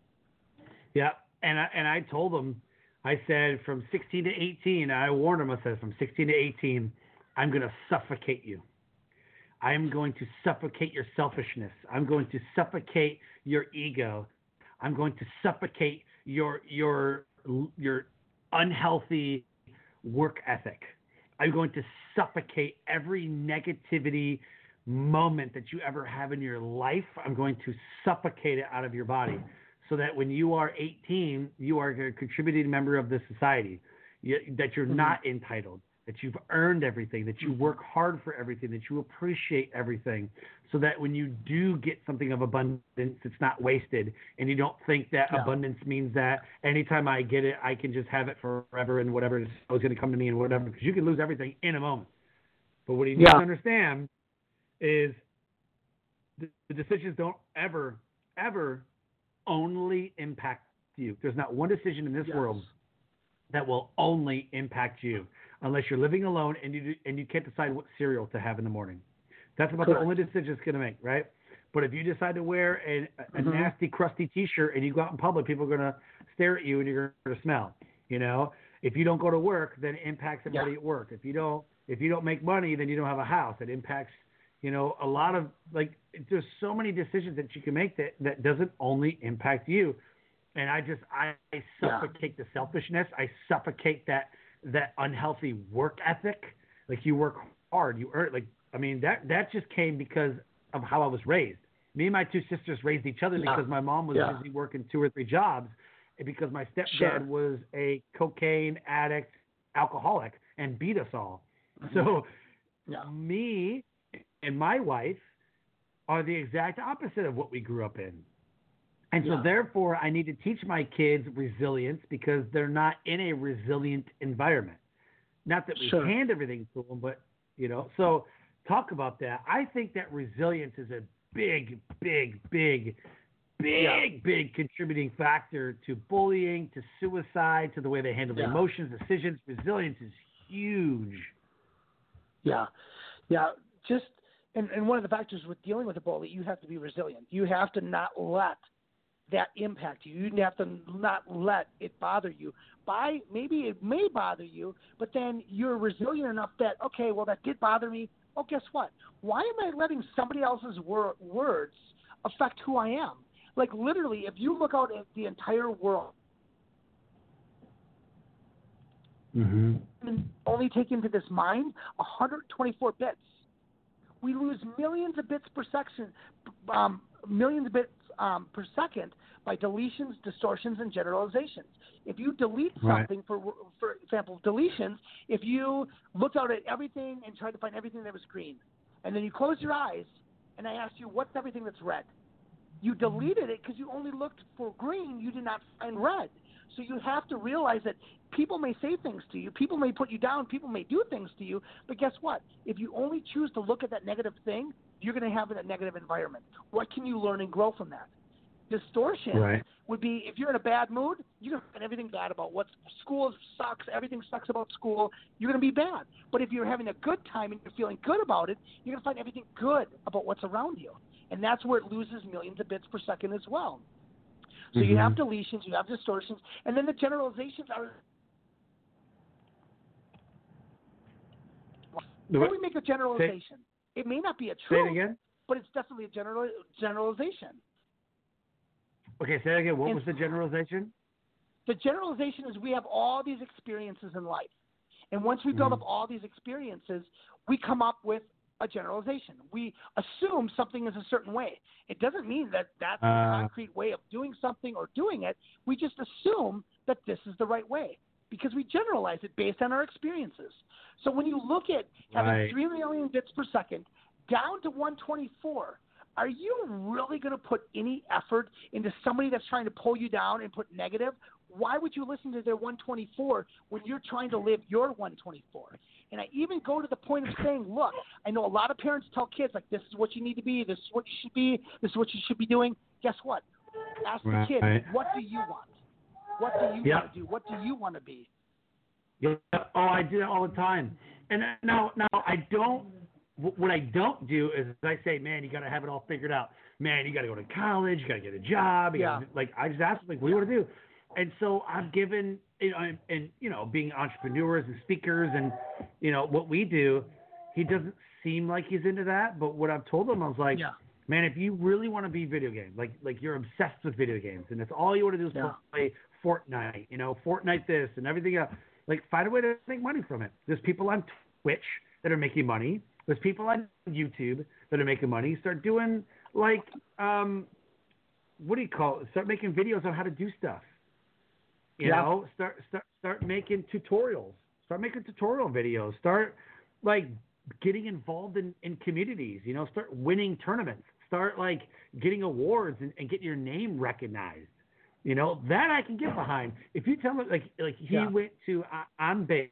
Yeah, and I, and I told them, I said from sixteen to eighteen, I warned them, I said from sixteen to eighteen, I'm going to suffocate you. I'm going to suffocate your selfishness. I'm going to suffocate your ego. I'm going to suffocate your your your unhealthy work ethic. I'm going to suffocate every negativity moment that you ever have in your life. I'm going to suffocate it out of your body so that when you are eighteen, you are a contributing member of the society, you, that you're mm-hmm. not entitled, that you've earned everything, that you work hard for everything, that you appreciate everything, so that when you do get something of abundance, it's not wasted, and you don't think that yeah. abundance means that anytime I get it, I can just have it forever and whatever is going to come to me and whatever, because you can lose everything in a moment. But what you need yeah. to understand is the, the decisions don't ever, ever only impact you. There's not one decision in this yes. world that will only impact you, unless you're living alone and you and you can't decide what cereal to have in the morning. That's about Correct. the only decision it's going to make, right? But if you decide to wear a, a mm-hmm. nasty, crusty T-shirt and you go out in public, people are going to stare at you and you're going to smell. You know, if you don't go to work, then it impacts everybody yeah. at work. If you don't, if you don't make money, then you don't have a house. It impacts, you know, a lot of like. There's so many decisions that you can make that that doesn't only impact you. And I just I, I suffocate yeah. the selfishness. I suffocate that. that unhealthy work ethic. Like you work hard, you earn, like, I mean, that, that just came because of how I was raised. Me and my two sisters raised each other yeah. because my mom was yeah. busy working two or three jobs, and because my stepdad sure. was a cocaine addict, alcoholic, and beat us all. Mm-hmm. So yeah. me and my wife, are the exact opposite of what we grew up in. And so Yeah. therefore I need to teach my kids resilience because they're not in a resilient environment. Not that we Sure. hand everything to them, but, you know, so talk about that. I think that resilience is a big, big, big, big, Yeah. big contributing factor to bullying, to suicide, to the way they handle their Yeah. emotions, decisions. Resilience is huge. Yeah, yeah. Just and, and one of the factors with dealing with a bully, you have to be resilient. You have to not let that impact you. You have to not let it bother you. By maybe it may bother you, but then you're resilient enough that okay, well that did bother me. Oh, guess what? Why am I letting somebody else's wor- words affect who I am? Like literally, if you look out at the entire world. Mm-hmm. And only take into this mind one hundred twenty-four bits. We lose millions of bits per section, um, millions of bits um, per second by deletions, distortions, and generalizations. If you delete Right. something, for for example, deletions, if you looked out at everything and tried to find everything that was green, and then you closed your eyes, and I asked you, what's everything that's red? You deleted it because you only looked for green. You did not find red. So you have to realize that people may say things to you, people may put you down, people may do things to you, but guess what? If you only choose to look at that negative thing, you're going to have a negative environment. What can you learn and grow from that? Distortion Right. would be if you're in a bad mood, you're going to find everything bad about what school sucks, everything sucks about school, you're going to be bad. But if you're having a good time and you're feeling good about it, you're going to find everything good about what's around you. And that's where it loses millions of bits per second as well. So Mm-hmm. you have deletions, you have distortions, and then the generalizations are. When we make a generalization, say, it may not be a truth, say it again? but it's definitely a general generalization. Okay, say it again. What And was the generalization? The generalization is we have all these experiences in life, and once we build Mhm. up all these experiences, we come up with a generalization. We assume something is a certain way. It doesn't mean that that's Uh, a concrete way of doing something or doing it. We just assume that this is the right way because we generalize it based on our experiences. So when you look at having Right. three million bits per second down to one twenty-four, are you really going to put any effort into somebody that's trying to pull you down and put negative? Why would you listen to their one twenty-four when you're trying to live your one twenty-four? And I even go to the point of saying, look, I know a lot of parents tell kids, like, this is what you need to be, this is what you should be, this is what you should be doing. Guess what? Ask Right. the kid, what do you want? What do you Yeah. want to do? What do you want to be? Yeah. Oh, I do that all the time. And uh, now, now I don't. wh- What I don't do is I say, man, you got to have it all figured out. Man, you got to go to college. You got to get a job. You Yeah. gotta, like I just ask them, like, what do you want to do? And so I've given, you know, and, and you know, being entrepreneurs and speakers, and you know what we do. He doesn't seem like he's into that, but what I've told him, I was like, Yeah. man, if you really want to be video games, like like you're obsessed with video games, and that's all you want to do is Yeah. play Fortnite, you know, Fortnite this and everything else. Like, find a way to make money from it. There's people on Twitch that are making money. There's people on YouTube that are making money. Start doing, like, um, what do you call it? Start making videos on how to do stuff. You Yeah. know, start start start making tutorials. Start making tutorial videos. Start, like, getting involved in, in communities. You know, start winning tournaments. Start, like, getting awards and, and getting your name recognized. You know, that I can get behind. If you tell me, like, like he Yeah. went to uh, on base,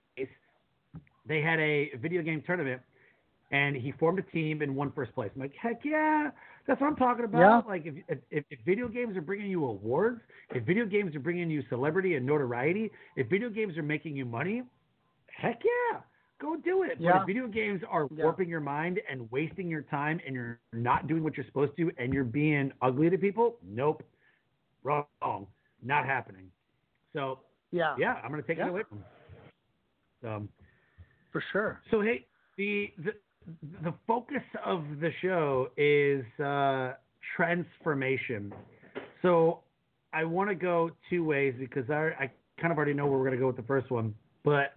they had a video game tournament, and he formed a team and won first place. I'm like, heck yeah, that's what I'm talking about. Yeah. Like, if, if if video games are bringing you awards, if video games are bringing you celebrity and notoriety, if video games are making you money, heck yeah, go do it. But Yeah. if video games are Yeah. warping your mind and wasting your time, and you're not doing what you're supposed to, and you're being ugly to people, nope. Wrong. Not happening. So, Yeah. yeah, I'm going to take Yeah. it away from them. Um, For sure. so, hey, the, the the focus of the show is uh, transformation. So I want to go two ways because I, I kind of already know where we're going to go with the first one. But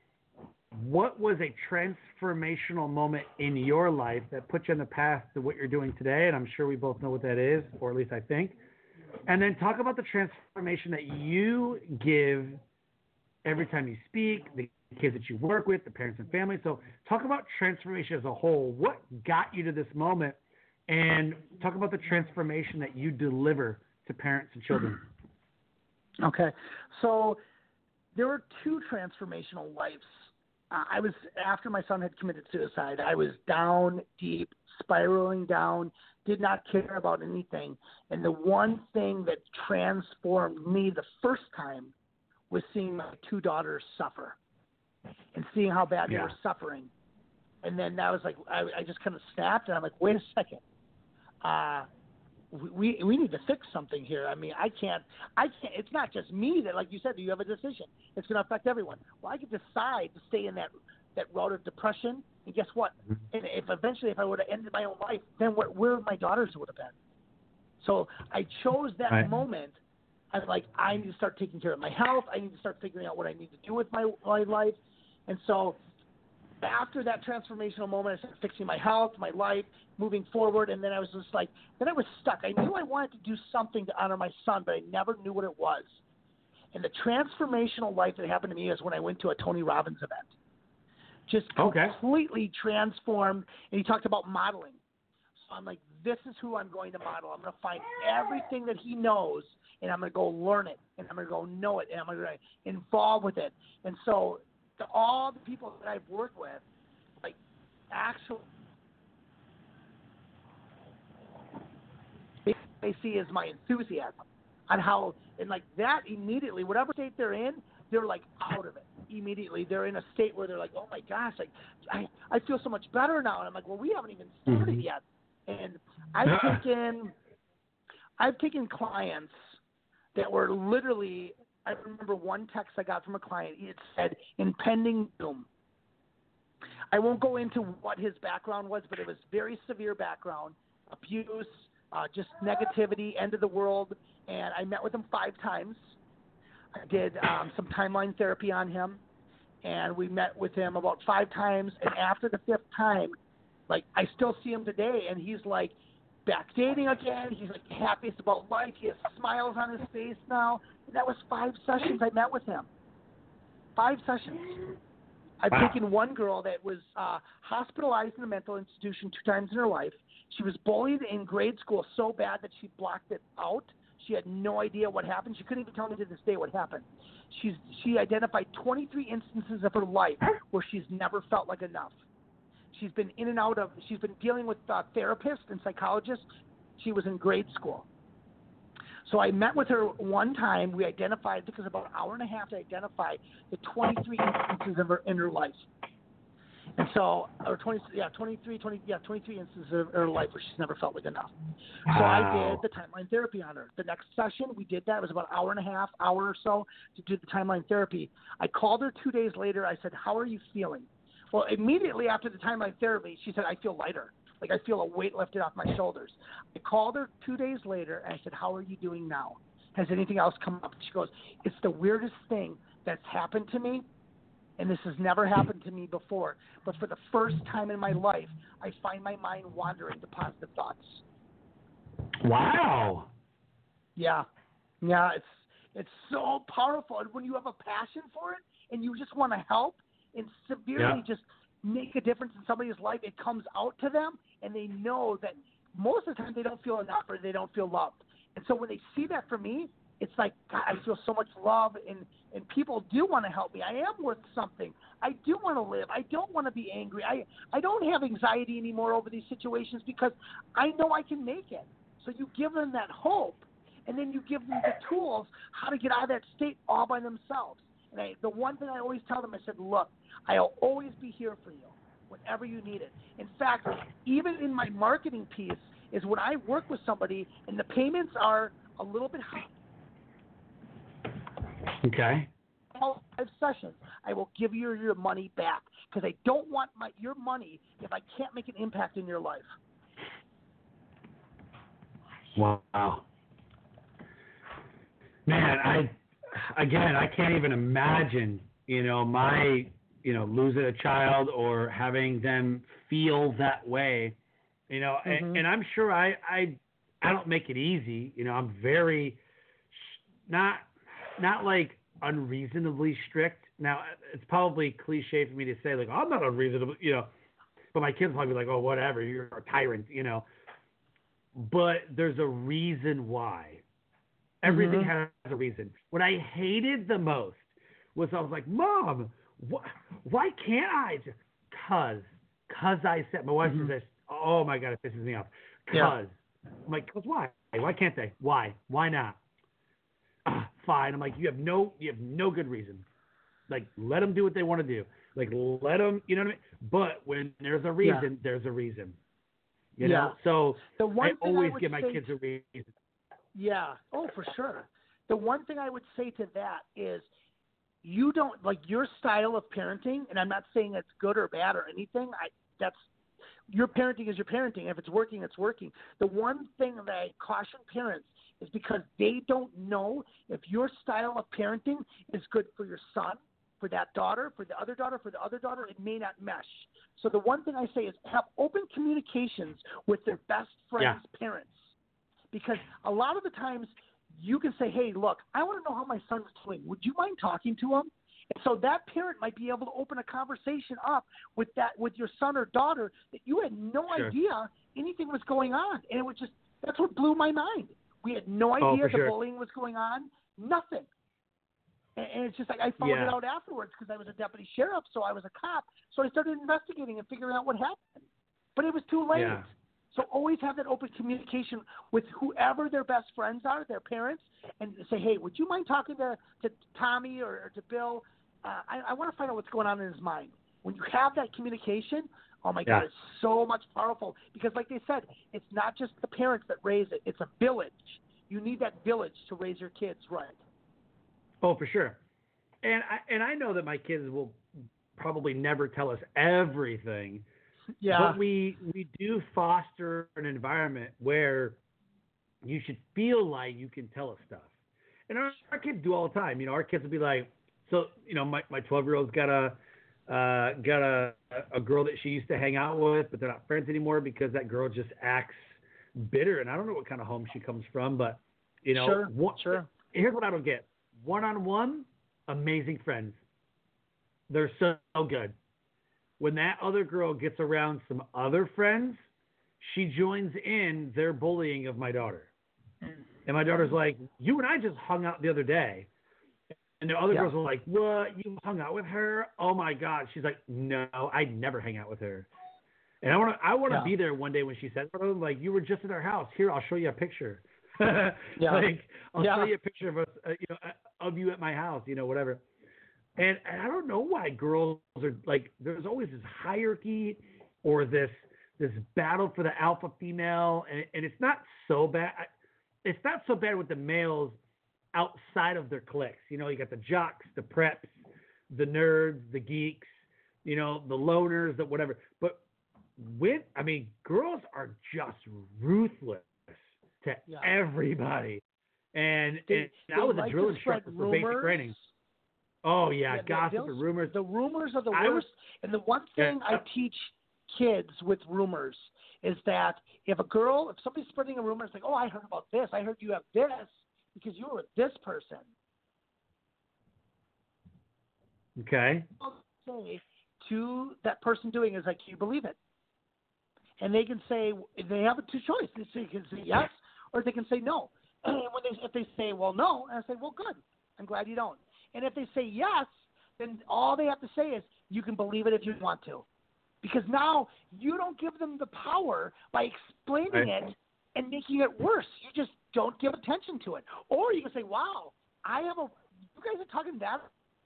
what was a transformational moment in your life that put you on the path to what you're doing today? And I'm sure we both know what that is, or at least I think. And then talk about the transformation that you give every time you speak, the kids that you work with, the parents and family. So talk about transformation as a whole. What got you to this moment and talk about the transformation that you deliver to parents and children. Okay. So there were two transformational lives. Uh, I was, after my son had committed suicide, I was down deep, spiraling down, did not care about anything. And the one thing that transformed me the first time was seeing my two daughters suffer and seeing how bad Yeah. they were suffering. And then that was like, I, I just kind of snapped, and I'm like, wait a second. Uh, we we need to fix something here. I mean, I can't, I can't, it's not just me that, like you said, you have a decision. It's going to affect everyone. Well, I could decide to stay in that, that route of depression, and guess what? And if eventually, if I would have ended my own life, then where, where my daughters would have been. So I chose that Right. moment. I was like, I need to start taking care of my health. I need to start figuring out what I need to do with my, my life. And so after that transformational moment, I started fixing my health, my life, moving forward. And then I was just like, then I was stuck. I knew I wanted to do something to honor my son, but I never knew what it was. And the transformational life that happened to me is when I went to a Tony Robbins event. Just Okay. completely transformed. And he talked about modeling. So I'm like, this is who I'm going to model. I'm going to find everything that he knows, and I'm going to go learn it, and I'm going to go know it, and I'm going to get involved with it. And so to all the people that I've worked with, like, actually, they see is my enthusiasm on how, and like that immediately, whatever state they're in, they're like out of it immediately. They're in a state where they're like, oh my gosh, like I, I feel so much better now. And I'm like, well, we haven't even started Mm-hmm. yet. And I've taken, I've taken clients that were literally, I remember one text I got from a client. It said, impending doom. I won't go into what his background was, but it was very severe background, abuse, uh, just negativity, end of the world. And I met with him five times. I did um, some timeline therapy on him, and we met with him about five times. And after the fifth time, like, I still see him today, and he's like back dating again. He's like the happiest about life. He has smiles on his face now. And that was five sessions I met with him. Five sessions. I've Wow. taken one girl that was uh, hospitalized in a mental institution two times in her life. She was bullied in grade school so bad that she blocked it out. She had no idea what happened. She couldn't even tell me to this day what happened. She's she identified twenty-three instances of her life where she's never felt like enough. She's been in and out of, she's been dealing with uh, therapists and psychologists. She was in grade school. So I met with her one time. We identified, it took us about an hour and a half to identify the twenty-three instances of her in her life. And so, or twenty, yeah, twenty-three, twenty, yeah, twenty-three instances of her life where she's never felt like enough. So Wow. I did the timeline therapy on her. The next session we did that. It was about an hour and a half, hour or so to do the timeline therapy. I called her two days later. I said, how are you feeling? Well, immediately after the timeline therapy, she said, I feel lighter. Like I feel a weight lifted off my shoulders. I called her two days later, and I said, how are you doing now? Has anything else come up? She goes, it's the weirdest thing that's happened to me, and this has never happened to me before. But for the first time in my life, I find my mind wandering to positive thoughts. Wow. Yeah. Yeah, it's it's so powerful. And when you have a passion for it and you just want to help and severely Yeah. just make a difference in somebody's life, it comes out to them, and they know that most of the time they don't feel enough or they don't feel loved. And so when they see that from me, it's like, God, I feel so much love, and, and people do want to help me. I am worth something. I do want to live. I don't want to be angry. I, I don't have anxiety anymore over these situations because I know I can make it. So you give them that hope, and then you give them the tools how to get out of that state all by themselves. And I, the one thing I always tell them, I said, look, I'll always be here for you whenever you need it. In fact, even in my marketing piece is when I work with somebody and the payments are a little bit high, Okay. all five sessions, I will give you your money back because I don't want my your money if I can't make an impact in your life. Wow. Man, I again, I can't even imagine, you know, my, you know, losing a child or having them feel that way, you know, Mm-hmm. and, and I'm sure I, I, I don't make it easy. You know, I'm very not, not like unreasonably strict. Now, it's probably cliche for me to say, like, I'm not unreasonable, you know, but my kids might be like, oh, whatever, you're a tyrant, you know. but there's a reason why. Everything Mm-hmm. has a reason. What I hated the most was I was like, Mom, wh- why can't I? Cause, cause I said, my wife Mm-hmm. says, oh my God, it pisses me off. Cause, Yeah. I'm like, cause why? Why can't they? Why? Why not? Ah, fine. I'm like, you have no, you have no good reason. Like, let them do what they want to do. Like, let them, you know what I mean? But when there's a reason, Yeah. there's a reason. You Yeah. know? So The one I thing I always would give my say kids a reason. Yeah. Oh, for sure. The one thing I would say to that is you don't like your style of parenting, and I'm not saying it's good or bad or anything. I that's your parenting is your parenting. If it's working, it's working. The one thing that I caution parents is because they don't know if your style of parenting is good for your son, for that daughter, for the other daughter, for the other daughter, it may not mesh. So the one thing I say is have open communications with their best friends' Yeah. parents. Because a lot of the times you can say, hey, look, I want to know how my son's doing. Would you mind talking to him? And so that parent might be able to open a conversation up with that with your son or daughter that you had no Sure. idea anything was going on. And it was just that's what blew my mind. We had no Oh, idea for the sure. bullying was going on. Nothing. And, and it's just like I found Yeah. it out afterwards because I was a deputy sheriff, so I was a cop. So I started investigating and figuring out what happened. But it was too late. Yeah. So always have that open communication with whoever their best friends are, their parents, and say, hey, would you mind talking to, to Tommy or, or to Bill? Uh, I, I want to find out what's going on in his mind. When you have that communication, oh, my Yeah. God, it's so much powerful. Because like they said, it's not just the parents that raise it. It's a village. You need that village to raise your kids right. Oh, for sure. And I, and I know that my kids will probably never tell us everything. Yeah. But we we do foster an environment where you should feel like you can tell us stuff. And our, our kids do all the time. You know, our kids will be like, so, you know, my, my twelve-year-old's got a uh, got a, a girl that she used to hang out with, but they're not friends anymore because that girl just acts bitter. And I don't know what kind of home she comes from, but, you know, Sure, one, sure. here's what I don't get. One-on-one, amazing friends. They're so, so good. When that other girl gets around some other friends, she joins in their bullying of my daughter. And my daughter's like, you and I just hung out the other day. And the other Yeah. girls were like, what? You hung out with her? Oh, my God. She's like, no, I'd never hang out with her. And I want to I want to Yeah. be there one day when she says, like, you were just in our house. Here, I'll show you a picture. Yeah. Like, I'll Yeah. show you a picture of us, uh, you know, uh, of you at my house, you know, whatever. And, and I don't know why girls are like, there's always this hierarchy or this this battle for the alpha female, and, and it's not so bad. It's not so bad with the males outside of their cliques. You know, you got the jocks, the preps, the nerds, the geeks, you know, the loners, the whatever. But with, I mean, girls are just ruthless to Yeah. everybody. And, They, and I was like a drill to spread instructor for basic rumors. training. Oh yeah, Yeah, gossip they'll- and rumors. The rumors are the I worst. was- and the one thing Yeah. I teach kids with rumors is that if a girl, if somebody's spreading a rumor, it's like, oh, I heard about this. I heard you have this because you were with this person. Okay. I'll say to that person doing is like, do you believe it? And they can say, they have a two choice. They can say yes, or they can say no. And when they, if they say, well, no, and I say, well, good. I'm glad you don't. And if they say yes, then all they have to say is, you can believe it if you want to. Because now you don't give them the power by explaining Right. it and making it worse. You just don't give attention to it. Or you can say, wow, I have a, you guys are talking that.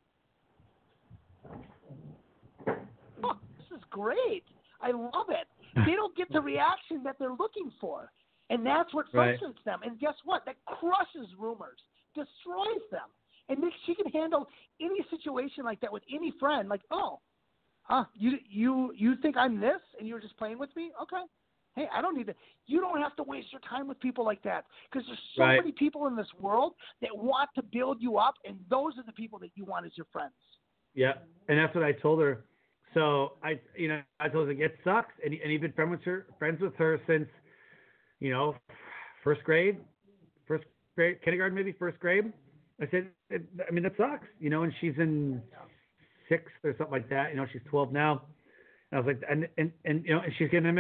Oh, this is great. I love it. They don't get the reaction that they're looking for. And that's what Right. frustrates them. And guess what? That crushes rumors, destroys them. And they, she can handle any situation like that with any friend. Like, oh, huh, you you you think I'm this and you're just playing with me? Okay. Hey, I don't need to. You don't have to waste your time with people like that because there's so Right. many people in this world that want to build you up, and those are the people that you want as your friends. Yeah, and that's what I told her. So I, you know, I told her it sucks, and, and you've been friends with her, friends with her since, you know, first grade, first grade, kindergarten, maybe first grade. I said, it, I mean, that sucks, you know, and she's in sixth or something like that. You know, she's twelve now. And I was like, and, and, and you know, and she's going to miss out.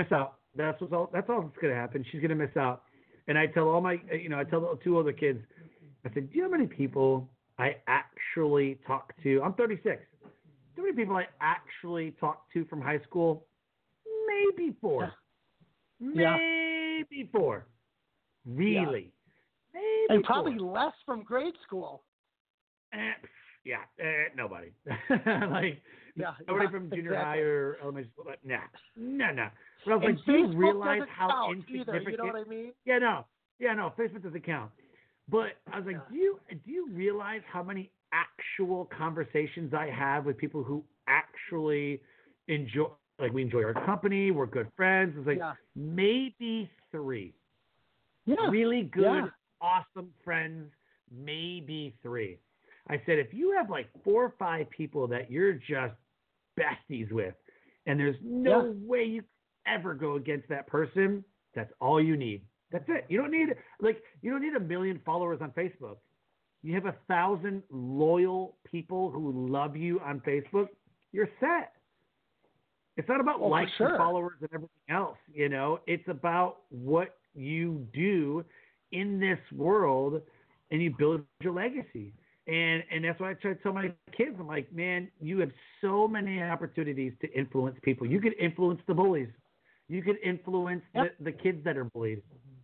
That's what's all. That's all that's gonna happen. She's gonna miss out. And I tell all my, you know, I tell the two other kids, I said, do you know how many people I actually talk to? I'm thirty-six. Do you know how many people I actually talked to from high school? Maybe four. Yeah. Maybe four. Really? Yeah. Maybe And probably four. less from grade school. Eh, yeah, eh, nobody. like Yeah, nobody yeah, from junior exactly. high or elementary school. Like, nah, nah, nah. But I was And like, do you Facebook realize doesn't how count insignificant? either, you know what I mean? Yeah, no, yeah, no. Facebook doesn't count. But I was like, Yeah. do you do you realize how many actual conversations I have with people who actually enjoy, like we enjoy our company, we're good friends. It's like Yeah. maybe three. Yeah. Really good, Yeah. awesome friends, maybe three. I said, if you have like four or five people that you're just besties with, and there's no Yeah. way you ever go against that person, that's all you need. That's it. You don't need like you don't need a million followers on Facebook. You have a thousand loyal people who love you on Facebook, you're set. It's not about Oh, for likes sure. and followers and everything else, you know. It's about what you do in this world, and you build your legacy. And and that's why I try to tell my kids, I'm like, man, you have so many opportunities to influence people. You could influence the bullies. You could influence Yep. the, the kids that are bullied.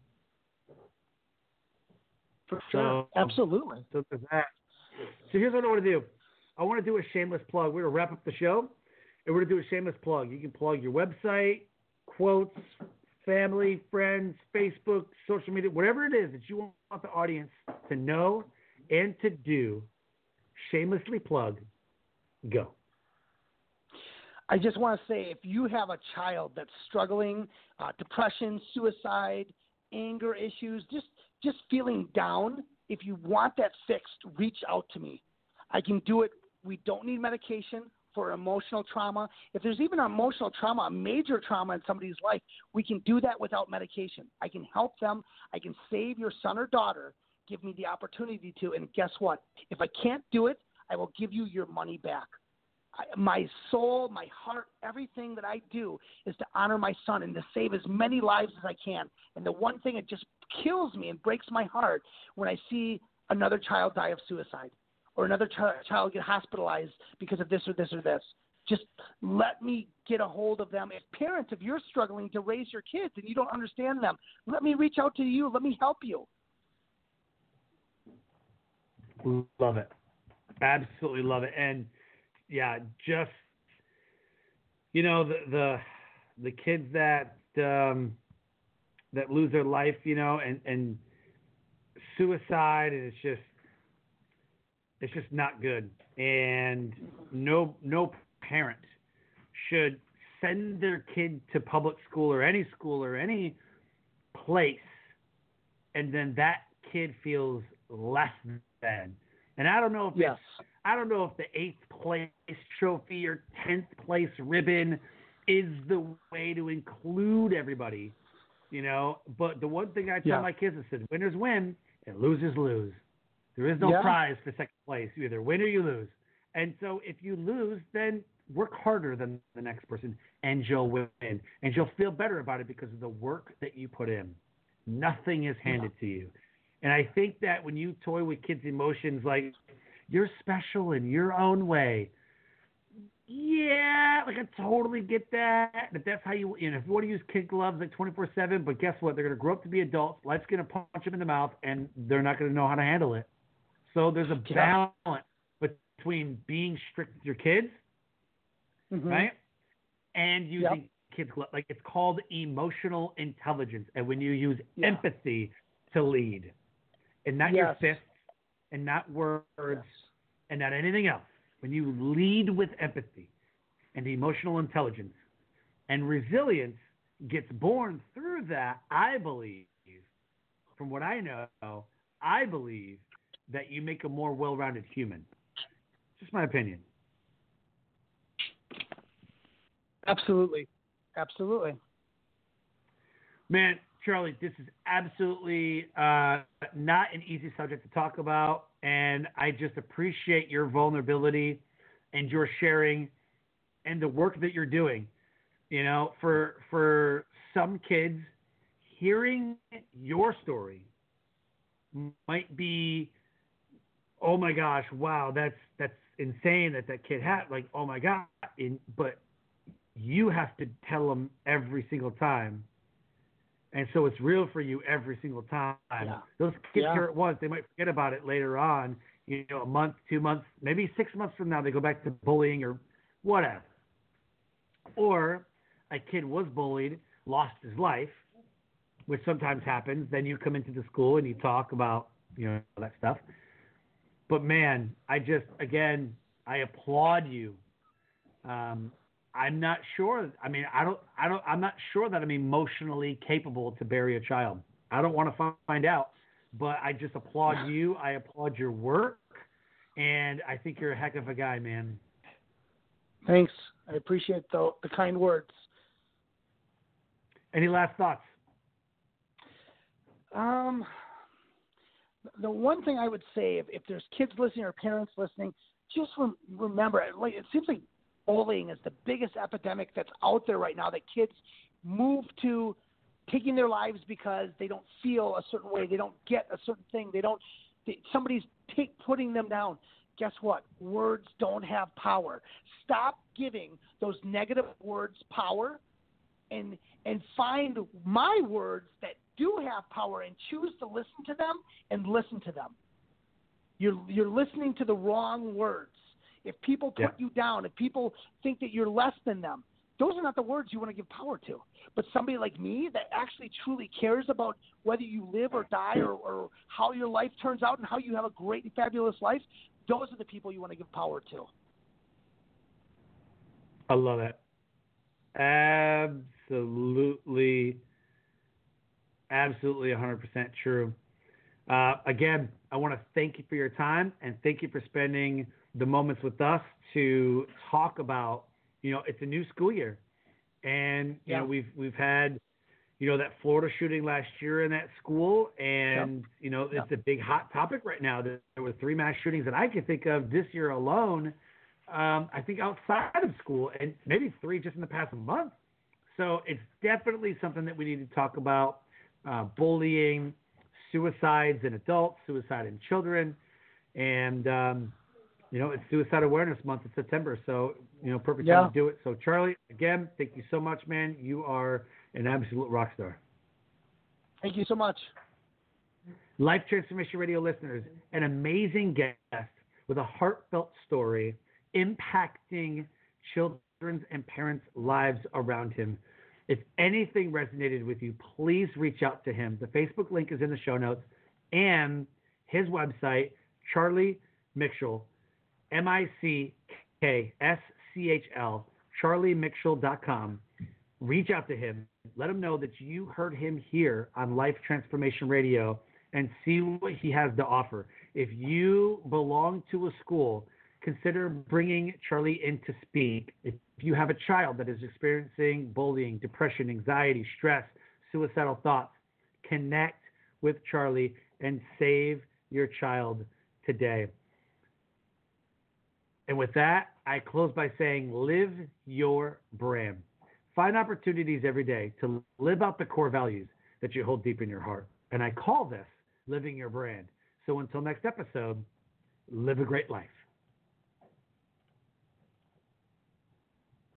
For sure. So, Absolutely. So there's that. So here's what I want to do. I want to do a shameless plug. We're going to wrap up the show, and we're going to do a shameless plug. You can plug your website, quotes, family, friends, Facebook, social media, whatever it is that you want the audience to know and to do. Shamelessly plug. Go. I just want to say, if you have a child that's struggling, uh, depression, suicide, anger issues, just just feeling down, if you want that fixed, reach out to me. I can do it. We don't need medication for emotional trauma. If there's even an emotional trauma, a major trauma in somebody's life, we can do that without medication. I can help them. I can save your son or daughter. Give me the opportunity to. And guess what? If I can't do it, I will give you your money back. I, my soul, my heart, everything that I do is to honor my son and to save as many lives as I can. And the one thing that just kills me and breaks my heart when I see another child die of suicide or another ch- child get hospitalized because of this or this or this. Just let me get a hold of them. If parents, if you're struggling to raise your kids and you don't understand them, let me reach out to you. Let me help you. Love it. Absolutely love it. And yeah, just, you know, the, the, the kids that, um, that lose their life, you know, and, and suicide, and it's just, it's just not good. And no, no parent should send their kid to public school or any school or any place, and then that kid feels less than. And I don't know if Yes. it's, I don't know if the eighth place trophy or tenth place ribbon is the way to include everybody, you know. But the one thing I tell Yeah. my kids is, said, winners win and losers lose. There is no Yeah. prize for second place. You either win or you lose. And so if you lose, then work harder than the next person, and you'll win. And you'll feel better about it because of the work that you put in. Nothing is handed yeah. to you. And I think that when you toy with kids' emotions, like, you're special in your own way. Yeah, like I totally get that. If that's how you, you know, if you want to use kid gloves like twenty-four seven, but guess what? They're going to grow up to be adults. Life's going to punch them in the mouth, and they're not going to know how to handle it. So there's a yeah. balance between being strict with your kids, mm-hmm. right, and using yep. kids gloves. Like, it's called emotional intelligence, and when you use yeah. empathy to lead, and not yes. your fists, and not words, yes. and not anything else. When you lead with empathy and emotional intelligence, and resilience gets born through that, I believe, from what I know, I believe that you make a more well-rounded human. Just my opinion. Absolutely. Absolutely. Man, Charlie, this is absolutely uh, not an easy subject to talk about, and I just appreciate your vulnerability and your sharing and the work that you're doing. You know, for for some kids, hearing your story might be, oh my gosh, wow, that's that's insane that that kid had, like, oh my god. In, but you have to tell them every single time, and so it's real for you every single time. Yeah. Those kids Yeah. hear it once, they might forget about it later on. You know, a month, two months, maybe six months from now, they go back to bullying or whatever. Or a kid was bullied, lost his life, which sometimes happens. Then you come into the school and you talk about, you know, that stuff. But man, I just, again, I applaud you. Um, I'm not sure. I mean, I don't, I don't, I'm not sure that I'm emotionally capable to bury a child. I don't want to find out, but I just applaud you. I applaud your work, and I think you're a heck of a guy, man. Thanks. I appreciate the the kind words. Any last thoughts? Um, the one thing I would say, if, if there's kids listening or parents listening, just rem- remember, like, it seems like bullying is the biggest epidemic that's out there right now, that kids move to taking their lives because they don't feel a certain way, they don't get a certain thing, they don't, they, somebody's take, putting them down. Guess what? Words don't have power. Stop giving those negative words power, and and find my words that do have power and choose to listen to them and listen to them. You're you're listening to the wrong words. If people put Yeah. you down, if people think that you're less than them, those are not the words you want to give power to. But somebody like me that actually truly cares about whether you live or die, or, or how your life turns out and how you have a great and fabulous life, those are the people you want to give power to. I love it. Absolutely, absolutely one hundred percent true. Uh, again, I want to thank you for your time, and thank you for spending the moments with us to talk about, you know, it's a new school year, and you Yeah. know, we've we've had, you know, that Florida shooting last year in that school, and Yep. you know, it's Yep. a big hot topic right now. There were three mass shootings that I can think of this year alone. Um, I think outside of school, and maybe three just in the past month. So it's definitely something that we need to talk about. Uh, bullying, suicides in adults, suicide in children, and um, you know, it's Suicide Awareness Month in September. So, you know, perfect time Yeah. to do it. So, Charlie, again, thank you so much, man. You are an absolute rock star. Thank you so much. Life Transformation Radio listeners, an amazing guest with a heartfelt story impacting children's and parents' lives around him. If anything resonated with you, please reach out to him. The Facebook link is in the show notes, and his website, Charlie Mickschel, M I C K S C H L, charlie mickschel dot com. Reach out to him. Let him know that you heard him here on Life Transformation Radio, and see what he has to offer. If you belong to a school, consider bringing Charlie in to speak. If you have a child that is experiencing bullying, depression, anxiety, stress, suicidal thoughts, connect with Charlie and save your child today. And with that, I close by saying, live your brand. Find opportunities every day to live out the core values that you hold deep in your heart. And I call this living your brand. So until next episode, live a great life.